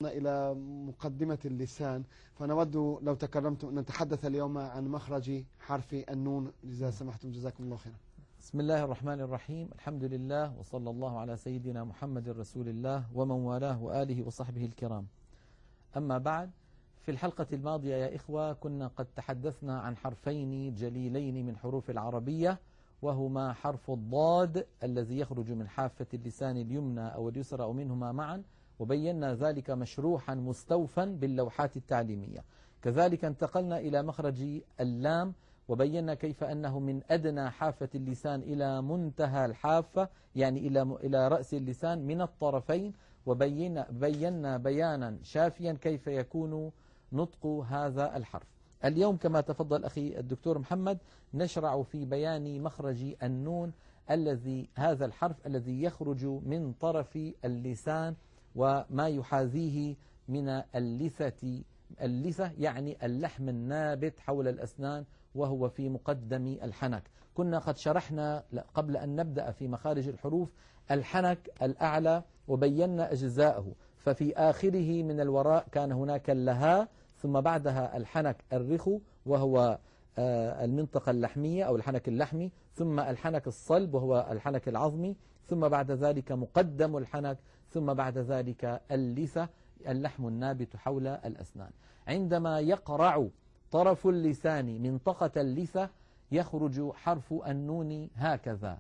وصلنا إلى مقدمة اللسان، فنود لو تكرمتم أن نتحدث اليوم عن مخرج حرف النون إذا سمحتم. جزاكم الله خيرا. بسم الله الرحمن الرحيم. الحمد لله وصلى الله على سيدنا محمد رسول الله ومن والاه وآله وصحبه الكرام. أما بعد، في الحلقة الماضية يا إخوة كنا قد تحدثنا عن حرفين جليلين من حروف العربية، وهما حرف الضاد الذي يخرج من حافة اللسان اليمنى أو اليسرى أو منهما معا، وبينا ذلك مشروحا مستوفا باللوحات التعليمية. كذلك انتقلنا إلى مخرج اللام، وبينا كيف أنه من أدنى حافة اللسان إلى منتهى الحافة، يعني إلى رأس اللسان من الطرفين، وبينا بيانا شافيا كيف يكون نطق هذا الحرف. اليوم كما تفضل أخي الدكتور محمد نشرع في بيان مخرج النون، هذا الحرف الذي يخرج من طرف اللسان وما يحاذيه من اللثة يعني اللحم النابت حول الأسنان، وهو في مقدم الحنك. كنا قد شرحنا قبل أن نبدأ في مخارج الحروف الحنك الأعلى وبينا أجزاءه، ففي آخره من الوراء كان هناك اللهاء، ثم بعدها الحنك الرخو وهو المنطقة اللحمية أو الحنك اللحمي، ثم الحنك الصلب وهو الحنك العظمي، ثم بعد ذلك مقدم الحنك، ثم بعد ذلك اللثة اللحم النابت حول الأسنان. عندما يقرع طرف اللسان منطقة اللثة يخرج حرف النون هكذا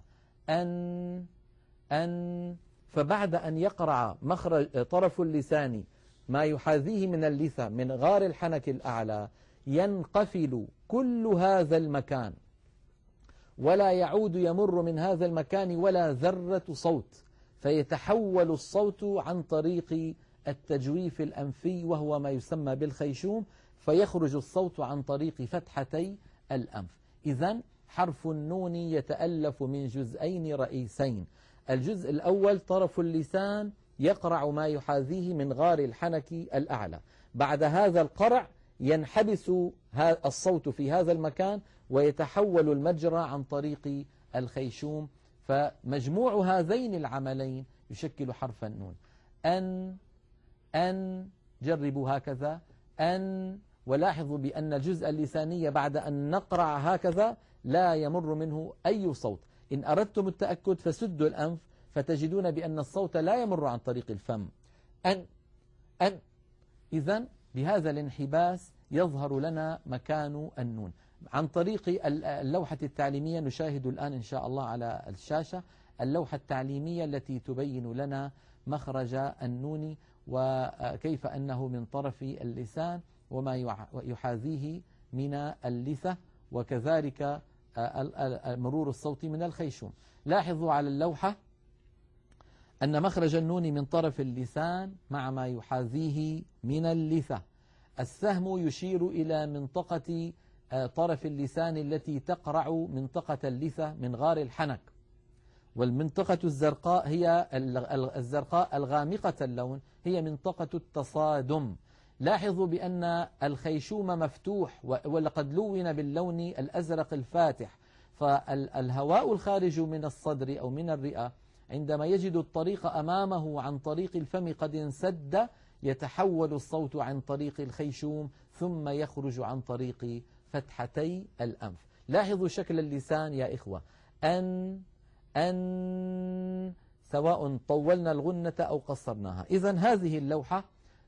أن، فبعد أن يقرع طرف اللسان ما يحاذيه من اللثة من غار الحنك الأعلى ينقفل كل هذا المكان، ولا يعود يمر من هذا المكان ولا ذرة صوت، فيتحول الصوت عن طريق التجويف الأنفي وهو ما يسمى بالخيشوم، فيخرج الصوت عن طريق فتحتي الأنف. إذن حرف النون يتألف من جزئين رئيسين. الجزء الأول طرف اللسان يقرع ما يحاذيه من غار الحنك الأعلى، بعد هذا القرع ينحبس الصوت في هذا المكان ويتحول المجرى عن طريق الخيشوم، فمجموع هذين العملين يشكل حرف النون. أن جربوا هكذا ولاحظوا بأن الجزء اللساني بعد أن نقرع هكذا لا يمر منه أي صوت. إن أردتم التأكد فسدوا الأنف فتجدون بأن الصوت لا يمر عن طريق الفم. إذن بهذا الانحباس يظهر لنا مكان النون. عن طريق اللوحة التعليمية نشاهد الآن إن شاء الله على الشاشة اللوحة التعليمية التي تبين لنا مخرج النون وكيف أنه من طرف اللسان وما يحاذيه من اللثة، وكذلك مرور الصوت من الخيشوم. لاحظوا على اللوحة أن مخرج النون من طرف اللسان مع ما يحاذيه من اللثة. السهم يشير إلى منطقة طرف اللسان التي تقرع منطقة اللثة من غار الحنك، والمنطقة الزرقاء هي الزرقاء الغامقة اللون هي منطقة التصادم. لاحظوا بأن الخيشوم مفتوح ولقد لون باللون الأزرق الفاتح، فالهواء الخارج من الصدر أو من الرئة عندما يجد الطريق أمامه عن طريق الفم قد انسد يتحول الصوت عن طريق الخيشوم ثم يخرج عن طريق فتحتي الأنف. لاحظوا شكل اللسان يا إخوة، أن سواء طولنا الغنة أو قصرناها. إذن هذه اللوحة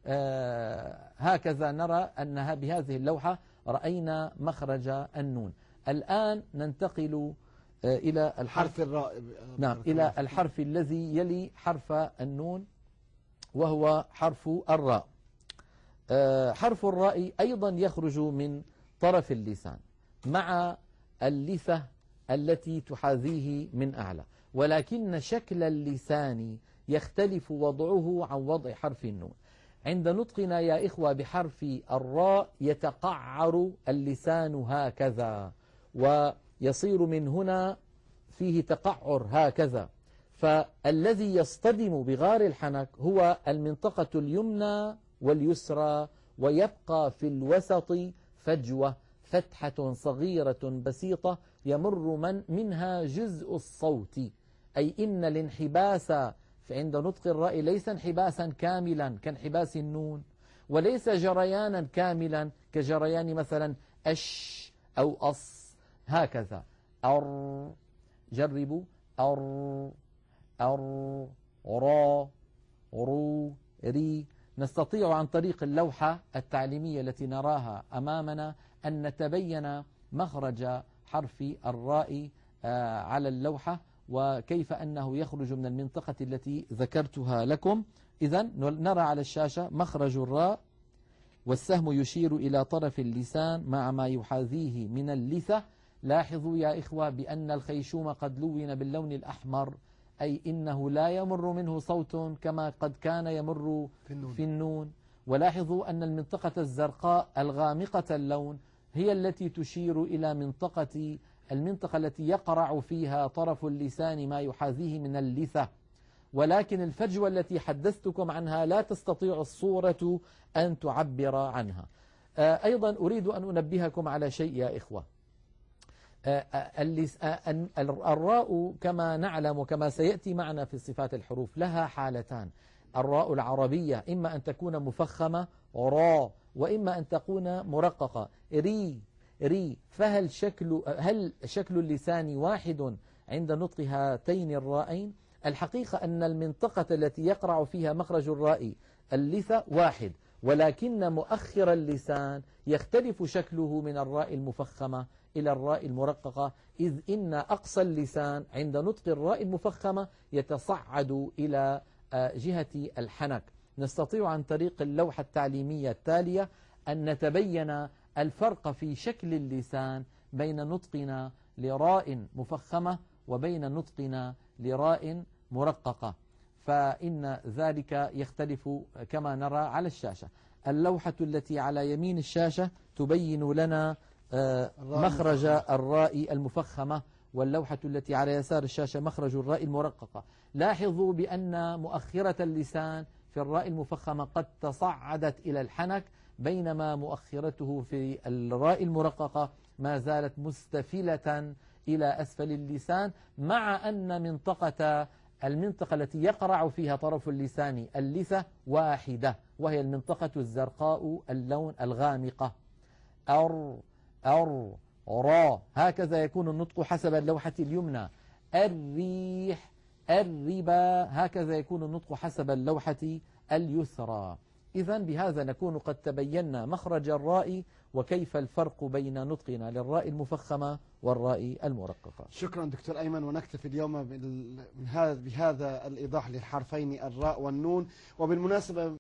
هكذا نرى أنها بهذه اللوحة رأينا مخرج النون. الآن ننتقل إلى الحرف الراء. نعم، إلى الحرف الذي يلي حرف النون وهو حرف الراء. حرف الراء أيضا يخرج من طرف اللسان مع اللثة التي تحاذيه من أعلى، ولكن شكل اللسان يختلف وضعه عن وضع حرف النون. عند نطقنا يا إخوة بحرف الراء يتقعر اللسان هكذا ويصير من هنا فيه تقعر هكذا، فالذي يصطدم بغار الحنك هو المنطقة اليمنى واليسرى، ويبقى في الوسط فجوة فتحة صغيرة بسيطة يمر منها جزء الصوت، أي إن الانحباس عند نطق الراء ليس انحباسا كاملا كانحباس النون، وليس جريانا كاملا كجريان مثلا أش أو أص، هكذا. أر، جربوا، أر أر، را رو ري. نستطيع عن طريق اللوحة التعليمية التي نراها أمامنا أن نتبين مخرج حرف الراء على اللوحة، وكيف أنه يخرج من المنطقة التي ذكرتها لكم. إذن نرى على الشاشة مخرج الراء، والسهم يشير إلى طرف اللسان مع ما يحاذيه من اللثة. لاحظوا يا إخوة بأن الخيشوم قد لون باللون الأحمر، أي إنه لا يمر منه صوت كما قد كان يمر في النون. ولاحظوا أن المنطقة الزرقاء الغامقة اللون هي التي تشير إلى المنطقة التي يقرع فيها طرف اللسان ما يحاذيه من اللثة، ولكن الفجوة التي حدثتكم عنها لا تستطيع الصورة أن تعبر عنها. أيضا أريد أن أنبهكم على شيء يا إخوة. الراء كما نعلم وكما سيأتي معنا في صفات الحروف لها حالتان. الراء العربية إما أن تكون مفخمة را، وإما أن تكون مرققة ري ري. فهل شكل اللسان واحد عند نطق هاتين الرائين؟ الحقيقة أن المنطقة التي يقرع فيها مخرج الراء اللثة واحد، ولكن مؤخر اللسان يختلف شكله من الراء المفخمة إلى الراء المرققة، إذ إن أقصى اللسان عند نطق الراء المفخمة يتصعد إلى جهة الحنك. نستطيع عن طريق اللوحة التعليمية التالية أن نتبين الفرق في شكل اللسان بين نطقنا لراء مفخمة وبين نطقنا لراء مرققة، فإن ذلك يختلف كما نرى على الشاشة. اللوحة التي على يمين الشاشة تبين لنا مخرج الراء المفخمة، واللوحة التي على يسار الشاشة مخرج الراء المرققة. لاحظوا بأن مؤخرة اللسان في الراء المفخمة قد تصعدت إلى الحنك، بينما مؤخرته في الراء المرققة ما زالت مستفلة إلى أسفل اللسان، مع أن المنطقة التي يقرع فيها طرف اللسان اللثة واحدة، وهي المنطقة الزرقاء اللون الغامقة. أر را، هكذا يكون النطق حسب اللوحة اليمنى. الريح الربا، هكذا يكون النطق حسب اللوحة اليسرى. إذن بهذا نكون قد تبينا مخرج الراء وكيف الفرق بين نطقنا للراء المفخمة والراء المرققة. شكرا دكتور أيمن، ونكتفي اليوم بهذا الإيضاح للحرفين الراء والنون. وبالمناسبة